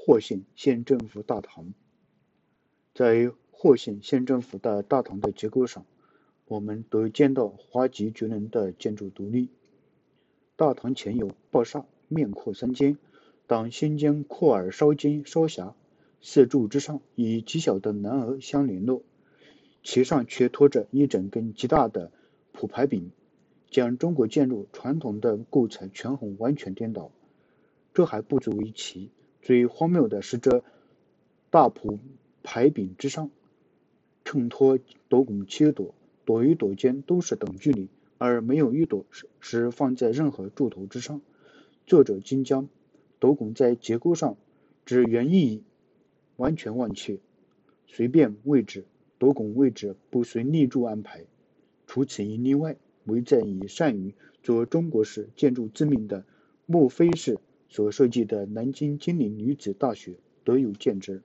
霍县县政府大堂。在霍县县政府的大堂的结构上，我们都见到花季绝伦的建筑独立。大堂前有抱厦，面阔三间，当先间阔而稍尖稍狭，四柱之上以极小的南额相联络，其上却托着一整根极大的蒲牌柄，将中国建筑传统的构材全红完全颠倒。这还不足为奇，最荒谬的是这大蒲牌柄之上衬托斗拱7朵，朵与朵间都是等距离，而没有一朵是放在任何柱头之上。作者竟将斗拱在结构上之原意义完全忘却，随便位置，斗拱位置不随立柱安排。除此一例外，唯在以善于做中国式建筑之名的莫非是所设计的南京金陵女子大学得有见之。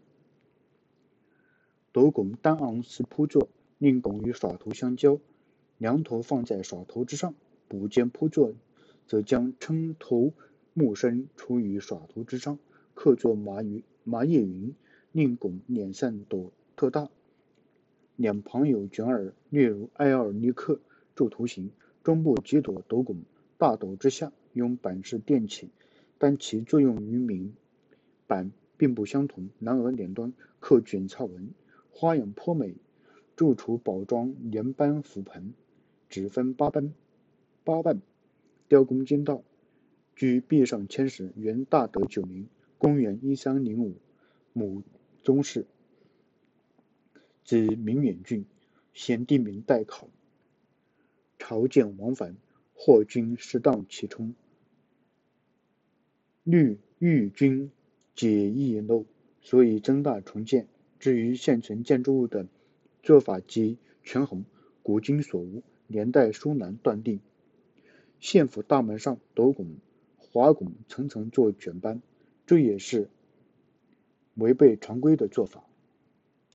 斗拱单昂是铺座，令拱与耍头相交，两头放在耍头之上，补间铺座则将撑头木身处于耍头之上，刻作麻叶云，令拱脸上朵特大。两旁有卷耳，略如埃尔尼克柱头形，中部几朵斗拱，大斗之下用板式垫起，但其作用于名板并不相同。然而两端刻卷草纹，花样颇美。柱础宝装连斑覆盆，只分八瓣，雕工精到。据壁上签史，元大德9年，公元1305，母宗氏，自明远郡，现地名待考。朝见往返，或均适当其冲。豫军解易漏，所以增大重建。至于现存建筑物的做法及权衡，古今所无，年代殊难断定。县府大门上斗拱华拱层层做卷斑，这也是违背常规的做法。